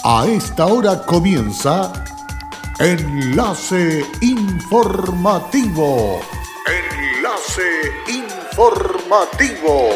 A esta hora comienza Enlace Informativo. Enlace Informativo.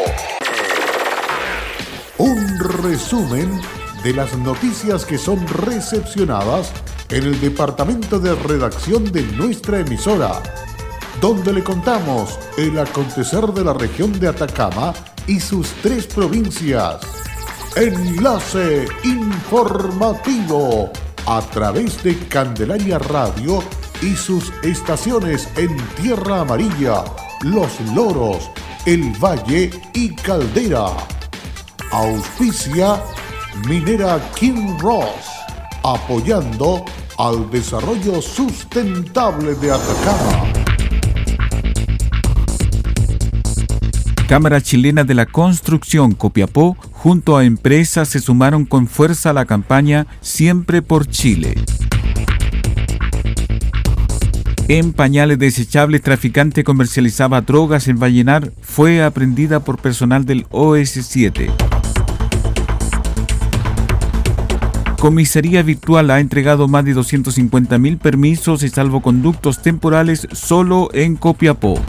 Un resumen de las noticias que son recepcionadas en el departamento de redacción de nuestra emisora, donde le contamos el acontecer de la región de Atacama y sus 3 provincias. Enlace Informativo a través de Candelaria Radio y sus estaciones en Tierra Amarilla, Los Loros, El Valle y Caldera. Auspicia Minera Kinross, apoyando al desarrollo sustentable de Atacama. Cámara Chilena de la Construcción, Copiapó, junto a empresas se sumaron con fuerza a la campaña Siempre por Chile. En pañales desechables, traficante comercializaba drogas en Vallenar, fue aprehendida por personal del OS7. Comisaría Virtual ha entregado más de 250.000 permisos y salvoconductos temporales solo en Copiapó.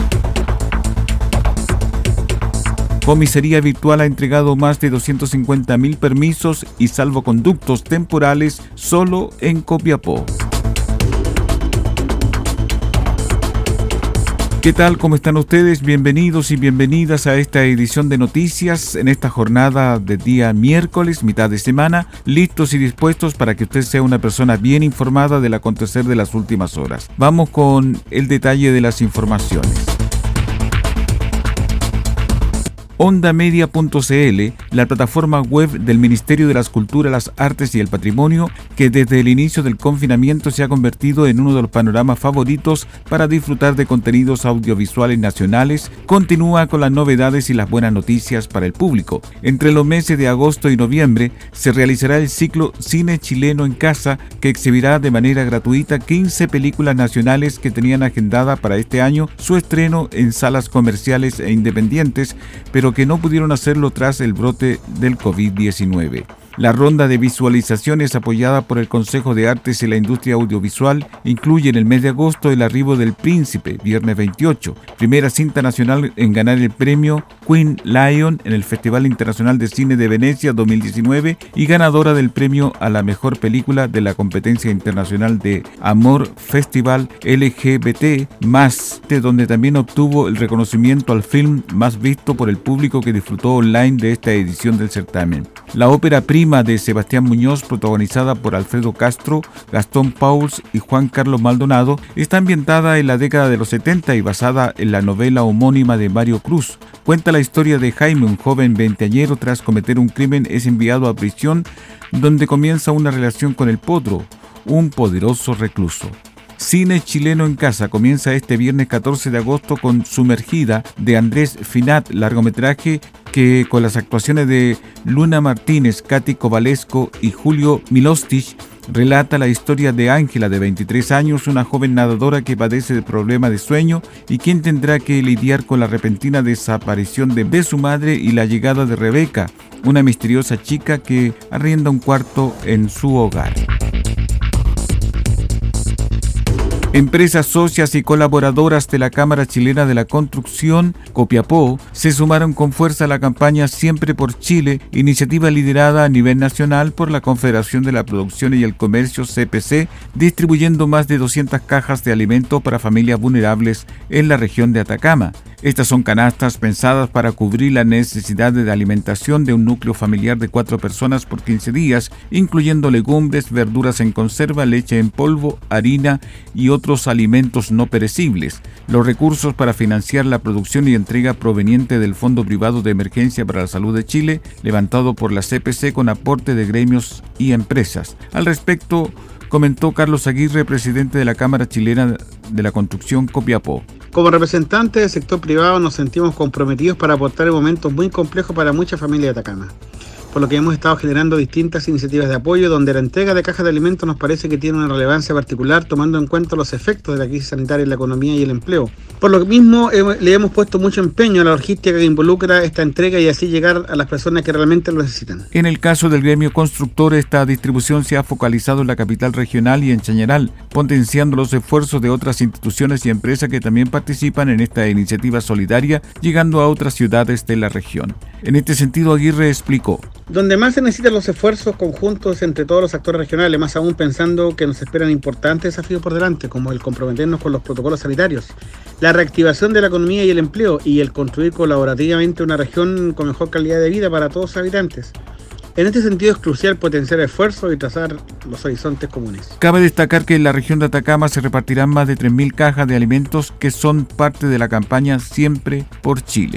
Comisaría Virtual ha entregado más de 250.000 permisos y salvoconductos temporales solo en Copiapó. ¿Qué tal? ¿Cómo están ustedes? Bienvenidos y bienvenidas a esta edición de noticias en esta jornada de día miércoles, mitad de semana, listos y dispuestos para que usted sea una persona bien informada del acontecer de las últimas horas. Vamos con el detalle de las informaciones. Ondamedia.cl, la plataforma web del Ministerio de las Culturas, las Artes y el Patrimonio, que desde el inicio del confinamiento se ha convertido en uno de los panoramas favoritos para disfrutar de contenidos audiovisuales nacionales, continúa con las novedades y las buenas noticias para el público. Entre los meses de agosto y noviembre se realizará el ciclo Cine Chileno en Casa, que exhibirá de manera gratuita 15 películas nacionales que tenían agendada para este año su estreno en salas comerciales e independientes, pero que no pudieron hacerlo tras el brote del COVID-19. La ronda de visualizaciones apoyada por el Consejo de Artes y la Industria Audiovisual incluye en el mes de agosto el arribo del Príncipe, viernes 28, primera cinta nacional en ganar el premio Queen Lion en el Festival Internacional de Cine de Venecia 2019 y ganadora del premio a la mejor película de la competencia internacional de Amor Festival LGBT+, donde también obtuvo el reconocimiento al film más visto por el público que disfrutó online de esta edición del certamen. La ópera prima de Sebastián Muñoz, protagonizada por Alfredo Castro, Gastón Pauls y Juan Carlos Maldonado, está ambientada en la década de los 70 y basada en la novela homónima de Mario Cruz. Cuenta la historia de Jaime, un joven veinteañero tras cometer un crimen es enviado a prisión, donde comienza una relación con el Potro, un poderoso recluso. Cine Chileno en Casa comienza este viernes 14 de agosto con Sumergida de Andrés Finat, largometraje que con las actuaciones de Luna Martínez, Katy Kovalesco y Julio Milostich relata la historia de Ángela, de 23 años, una joven nadadora que padece de problemas de sueño y quien tendrá que lidiar con la repentina desaparición de su madre y la llegada de Rebeca, una misteriosa chica que arrienda un cuarto en su hogar. Empresas socias y colaboradoras de la Cámara Chilena de la Construcción, Copiapó, se sumaron con fuerza a la campaña Siempre por Chile, iniciativa liderada a nivel nacional por la Confederación de la Producción y el Comercio CPC, distribuyendo más de 200 cajas de alimento para familias vulnerables en la región de Atacama. Estas son canastas pensadas para cubrir la necesidad de alimentación de un núcleo familiar de 4 personas por 15 días, incluyendo legumbres, verduras en conserva, leche en polvo, harina y otros alimentos no perecibles. Los recursos para financiar la producción y entrega proveniente del Fondo Privado de Emergencia para la Salud de Chile, levantado por la CPC con aporte de gremios y empresas. Al respecto, comentó Carlos Aguirre, presidente de la Cámara Chilena de la Construcción, Copiapó. Como representantes del sector privado nos sentimos comprometidos para aportar en momentos muy complejos para muchas familias de Atacama. por lo que hemos estado generando distintas iniciativas de apoyo donde la entrega de cajas de alimentos nos parece que tiene una relevancia particular tomando en cuenta los efectos de la crisis sanitaria en la economía y el empleo. Por lo mismo le hemos puesto mucho empeño a la logística que involucra esta entrega y así llegar a las personas que realmente lo necesitan. En el caso del gremio constructor, esta distribución se ha focalizado en la capital regional y en Chañaral, potenciando los esfuerzos de otras instituciones y empresas que también participan en esta iniciativa solidaria, llegando a otras ciudades de la región. En este sentido, Aguirre explicó: donde más se necesitan los esfuerzos conjuntos entre todos los actores regionales, más aún pensando que nos esperan importantes desafíos por delante, como el comprometernos con los protocolos sanitarios, la reactivación de la economía y el empleo, y el construir colaborativamente una región con mejor calidad de vida para todos sus habitantes. En este sentido es crucial potenciar esfuerzos y trazar los horizontes comunes. Cabe destacar que en la región de Atacama se repartirán más de 3.000 cajas de alimentos que son parte de la campaña Siempre por Chile.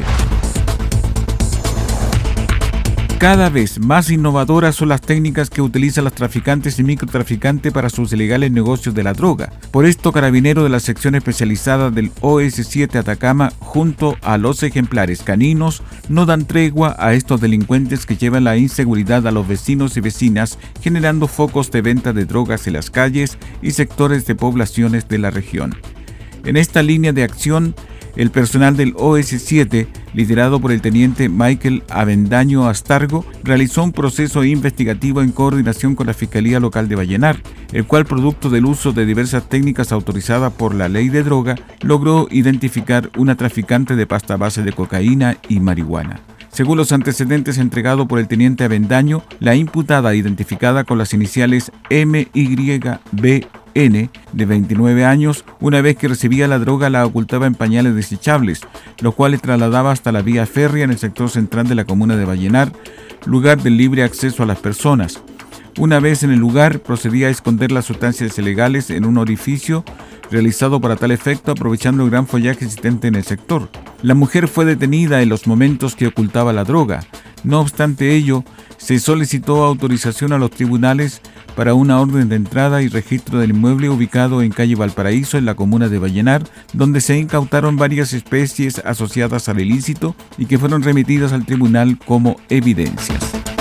Cada vez más innovadoras son las técnicas que utilizan los traficantes y microtraficantes para sus ilegales negocios de la droga. Por esto, Carabineros de la sección especializada del OS7 Atacama, junto a los ejemplares caninos, no dan tregua a estos delincuentes que llevan la inseguridad a los vecinos y vecinas, generando focos de venta de drogas en las calles y sectores de poblaciones de la región. En esta línea de acción, el personal del OS7, liderado por el teniente Michael Avendaño Astargo, realizó un proceso investigativo en coordinación con la Fiscalía Local de Vallenar, el cual, producto del uso de diversas técnicas autorizadas por la Ley de Droga, logró identificar una traficante de pasta base de cocaína y marihuana. Según los antecedentes entregados por el teniente Avendaño, la imputada, identificada con las iniciales MYBN, de 29 años, una vez que recibía la droga la ocultaba en pañales desechables, los cuales trasladaba hasta la vía férrea en el sector central de la comuna de Vallenar, lugar del libre acceso a las personas. Una vez en el lugar, procedía a esconder las sustancias ilegales en un orificio realizado para tal efecto, aprovechando el gran follaje existente en el sector. La mujer fue detenida en los momentos que ocultaba la droga. No obstante ello, se solicitó autorización a los tribunales para una orden de entrada y registro del inmueble ubicado en calle Valparaíso, en la comuna de Vallenar, donde se incautaron varias especies asociadas al ilícito y que fueron remitidas al tribunal como evidencias.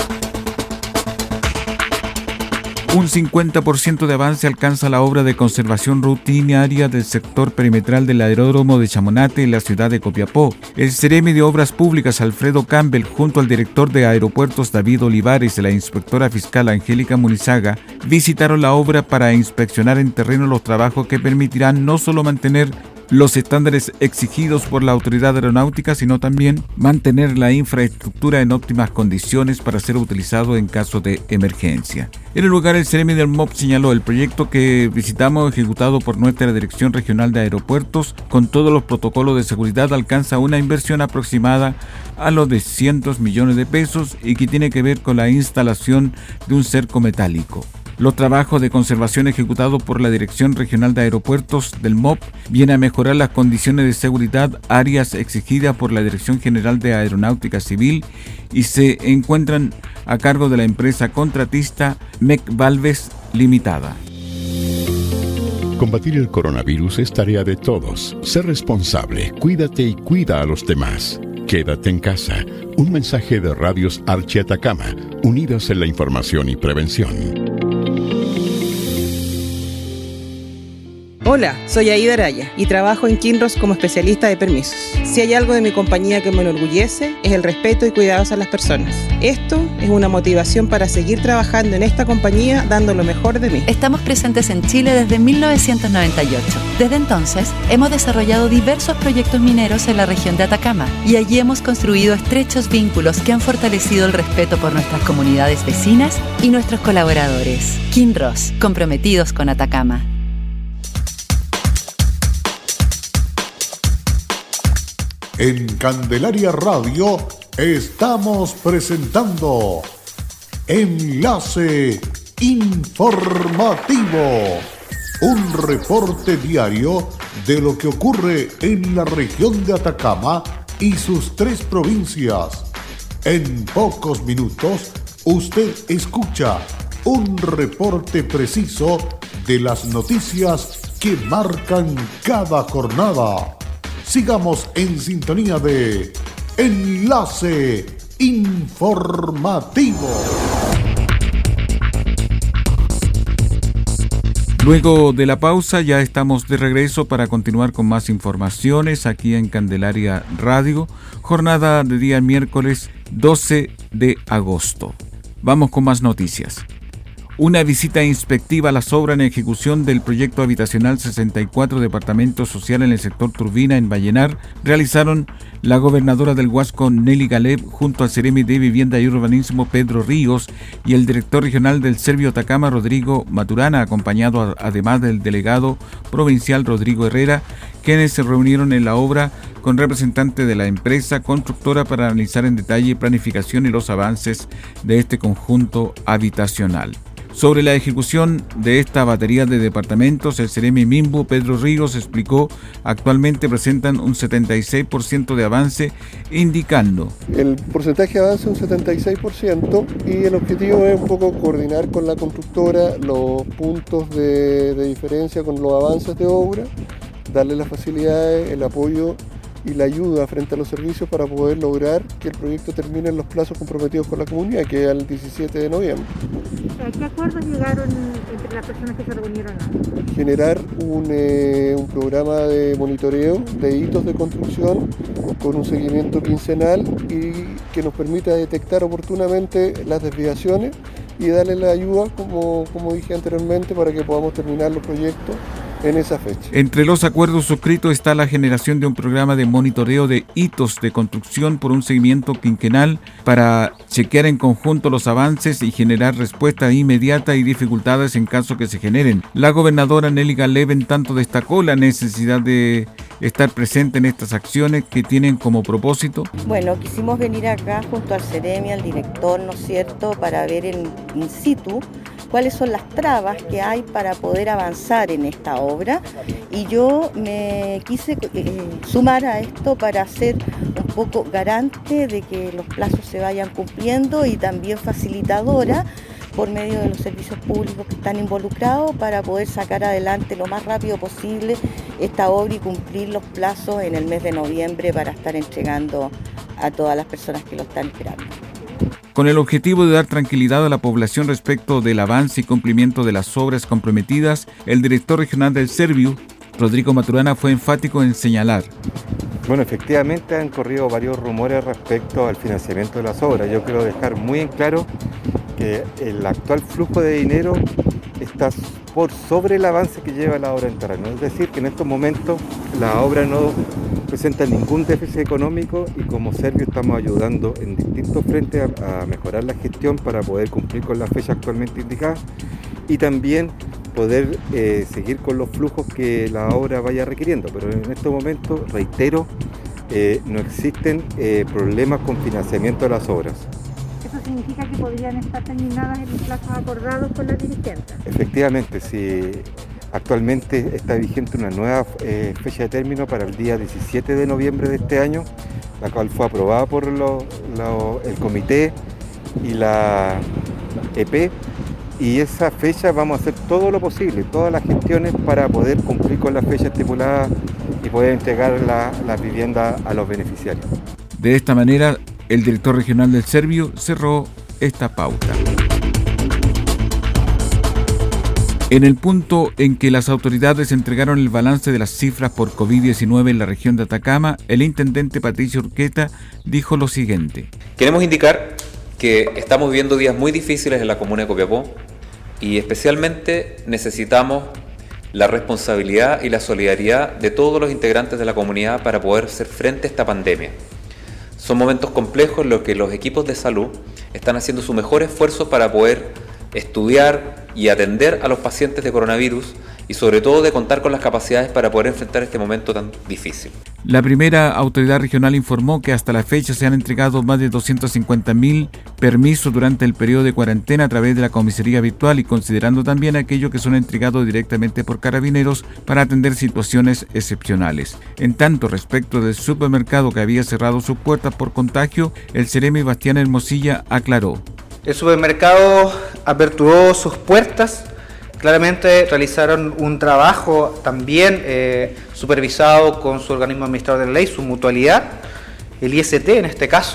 Un 50% de avance alcanza la obra de conservación rutinaria del sector perimetral del aeródromo de Chamonate en la ciudad de Copiapó. El Ceremi de Obras Públicas Alfredo Campbell, junto al director de Aeropuertos David Olivares y la inspectora fiscal Angélica Munizaga, visitaron la obra para inspeccionar en terreno los trabajos que permitirán no solo mantener los estándares exigidos por la autoridad aeronáutica, sino también mantener la infraestructura en óptimas condiciones para ser utilizado en caso de emergencia. En el lugar, el Ceremi del MOP señaló: el proyecto que visitamos, ejecutado por nuestra Dirección Regional de Aeropuertos, con todos los protocolos de seguridad, alcanza una inversión aproximada a los de cientos millones de pesos y que tiene que ver con la instalación de un cerco metálico. Los trabajos de conservación ejecutados por la Dirección Regional de Aeropuertos del MOP vienen a mejorar las condiciones de seguridad, áreas exigidas por la Dirección General de Aeronáutica Civil, y se encuentran a cargo de la empresa contratista MEC Valves Limitada. Combatir el coronavirus es tarea de todos. Sé responsable, cuídate y cuida a los demás. Quédate en casa. Un mensaje de Radios Archi Atacama, unidos en la información y prevención. Hola, soy Aida Araya y trabajo en Kinross como especialista de permisos. Si hay algo de mi compañía que me enorgullece, es el respeto y cuidados a las personas. Esto es una motivación para seguir trabajando en esta compañía dando lo mejor de mí. Estamos presentes en Chile desde 1998. Desde entonces, hemos desarrollado diversos proyectos mineros en la región de Atacama y allí hemos construido estrechos vínculos que han fortalecido el respeto por nuestras comunidades vecinas y nuestros colaboradores. Kinross, comprometidos con Atacama. En Candelaria Radio estamos presentando Enlace Informativo, un reporte diario de lo que ocurre en la región de Atacama y sus 3 provincias. En pocos minutos usted escucha un reporte preciso de las noticias que marcan cada jornada. Sigamos en sintonía de Enlace informativo. Luego de la pausa ya estamos de regreso para continuar con más informaciones aquí en Candelaria Radio, jornada de día miércoles 12 de agosto. Vamos con más noticias. Una visita inspectiva a las obras en ejecución del proyecto habitacional 64 Departamento Social en el sector Turbina en Vallenar realizaron la gobernadora del Huasco Nelly Galeb junto al Ceremi de Vivienda y Urbanismo Pedro Ríos y el director regional del Servio Atacama Rodrigo Maturana, acompañado además del delegado provincial Rodrigo Herrera, quienes se reunieron en la obra con representantes de la empresa constructora para analizar en detalle planificación y los avances de este conjunto habitacional. Sobre la ejecución de esta batería de departamentos, el Ceremi Mimbu Pedro Ríos explicó actualmente presentan un 76% de avance, indicando: el porcentaje de avance es un 76% y el objetivo es un poco coordinar con la constructora los puntos de diferencia con los avances de obra, darle las facilidades, el apoyo y la ayuda frente a los servicios para poder lograr que el proyecto termine en los plazos comprometidos con la comunidad, que es el 17 de noviembre. ¿A qué acuerdos llegaron entre las personas que se reunieron? Generar un programa de monitoreo de hitos de construcción con un seguimiento quincenal y que nos permita detectar oportunamente las desviaciones y darle la ayuda, como dije anteriormente, para que podamos terminar los proyectos en esa fecha. Entre los acuerdos suscritos está la generación de un programa de monitoreo de hitos de construcción por un seguimiento quinquenal para chequear en conjunto los avances y generar respuesta inmediata y dificultades en caso que se generen. La gobernadora Nelly Galeb en tanto destacó la necesidad de estar presente en estas acciones que tienen como propósito. Bueno, quisimos venir acá junto al Ceremi, al director, ¿no es cierto?, para ver in situ cuáles son las trabas que hay para poder avanzar en esta obra, y yo me quise sumar a esto para ser un poco garante de que los plazos se vayan cumpliendo y también facilitadora por medio de los servicios públicos que están involucrados para poder sacar adelante lo más rápido posible esta obra y cumplir los plazos en el mes de noviembre para estar entregando a todas las personas que lo están esperando. Con el objetivo de dar tranquilidad a la población respecto del avance y cumplimiento de las obras comprometidas, el director regional del Serviu, Rodrigo Maturana, fue enfático en señalar: bueno, efectivamente han corrido varios rumores respecto al financiamiento de las obras. Yo quiero dejar muy en claro que el actual flujo de dinero está por sobre el avance que lleva la obra en terreno. Es decir, que en estos momentos la obra no presenta ningún déficit económico y como Serviu estamos ayudando en distintos frentes a mejorar la gestión para poder cumplir con las fechas actualmente indicadas y también poder seguir con los flujos que la obra vaya requiriendo. Pero en estos momentos, reitero, no existen problemas con financiamiento de las obras. ¿Eso significa que podrían estar terminadas en los plazos acordados con las dirigentes? Efectivamente, sí. Actualmente está vigente una nueva fecha de término para el día 17 de noviembre de este año, la cual fue aprobada por el comité y la EP, y esa fecha vamos a hacer todo lo posible, todas las gestiones para poder cumplir con la fecha estipulada y poder entregar las viviendas a los beneficiarios. De esta manera, el director regional del Serviu cerró esta pauta. En el punto en que las autoridades entregaron el balance de las cifras por COVID-19 en la región de Atacama, el intendente Patricio Urqueta dijo lo siguiente: queremos indicar que estamos viviendo días muy difíciles en la comuna de Copiapó y especialmente necesitamos la responsabilidad y la solidaridad de todos los integrantes de la comunidad para poder hacer frente a esta pandemia. Son momentos complejos en los que los equipos de salud están haciendo su mejor esfuerzo para poder estudiar y atender a los pacientes de coronavirus y sobre todo de contar con las capacidades para poder enfrentar este momento tan difícil. La primera autoridad regional informó que hasta la fecha se han entregado más de 250.000 permisos durante el periodo de cuarentena a través de la comisaría virtual y considerando también aquellos que son entregados directamente por carabineros para atender situaciones excepcionales. En tanto, respecto del supermercado que había cerrado sus puertas por contagio, el Ceremi Bastián Hermosilla aclaró: el supermercado aperturó sus puertas. Claramente realizaron un trabajo también supervisado con su organismo administrador de ley, su mutualidad, el IST en este caso,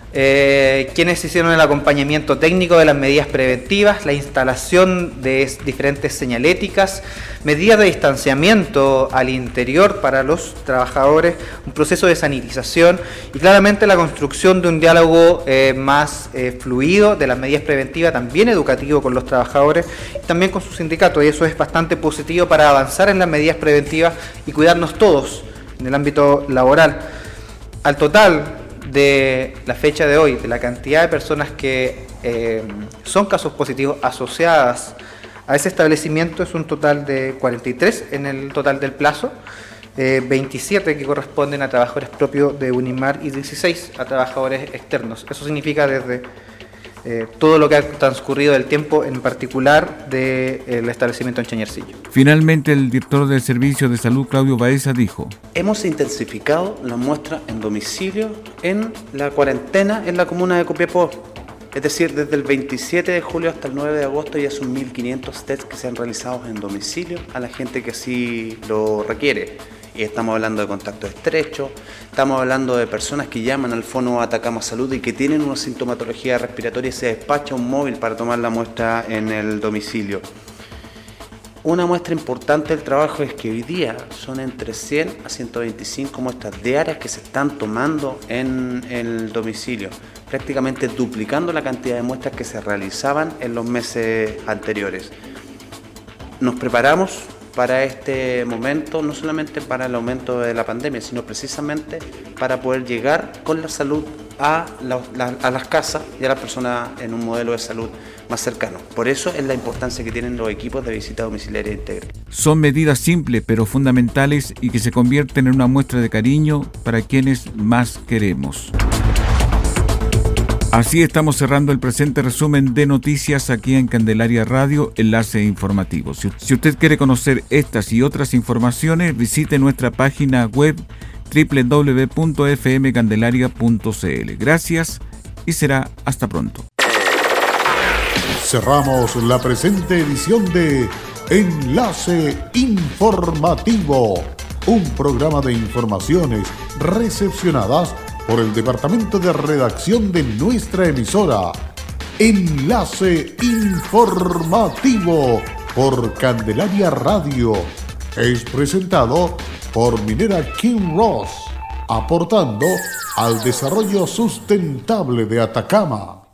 quienes hicieron el acompañamiento técnico de las medidas preventivas, la instalación de diferentes señaléticas, medidas de distanciamiento al interior para los trabajadores, un proceso de sanitización y claramente la construcción de un diálogo más fluido de las medidas preventivas, también educativo con los trabajadores y también con sus sindicatos, y eso es bastante positivo para avanzar en las medidas preventivas y cuidarnos todos en el ámbito laboral. Al total de la fecha de hoy, de la cantidad de personas que son casos positivos asociadas a ese establecimiento, es un total de 43 en el total del plazo, 27 que corresponden a trabajadores propios de Unimar y 16 a trabajadores externos. Eso significa desde todo lo que ha transcurrido del tiempo, en particular del establecimiento en Chañarcillo. Finalmente, el director del Servicio de Salud, Claudio Baeza, dijo: hemos intensificado las muestras en domicilio en la cuarentena en la comuna de Copiapó. Es decir, desde el 27 de julio hasta el 9 de agosto ya son 1.500 tests que se han realizado en domicilio a la gente que así lo requiere. Y estamos hablando de contacto estrecho, estamos hablando de personas que llaman al Fono Atacama Salud y que tienen una sintomatología respiratoria y se despacha un móvil para tomar la muestra en el domicilio. Una muestra importante del trabajo es que hoy día son entre 100 a 125 muestras diarias que se están tomando en el domicilio, prácticamente duplicando la cantidad de muestras que se realizaban en los meses anteriores. Nos preparamos para este momento, no solamente para el aumento de la pandemia, sino precisamente para poder llegar con la salud a las casas y a las personas en un modelo de salud más cercano. Por eso es la importancia que tienen los equipos de visita domiciliaria integral. Son medidas simples pero fundamentales y que se convierten en una muestra de cariño para quienes más queremos. Así estamos cerrando el presente resumen de noticias aquí en Candelaria Radio, Enlace Informativo. Si usted quiere conocer estas y otras informaciones, visite nuestra página web www.fmcandelaria.cl. Gracias y será hasta pronto. Cerramos la presente edición de Enlace Informativo, un programa de informaciones recepcionadas por el Departamento de Redacción de nuestra emisora. Enlace Informativo por Candelaria Radio. Es presentado por Minera Kinross, aportando al desarrollo sustentable de Atacama.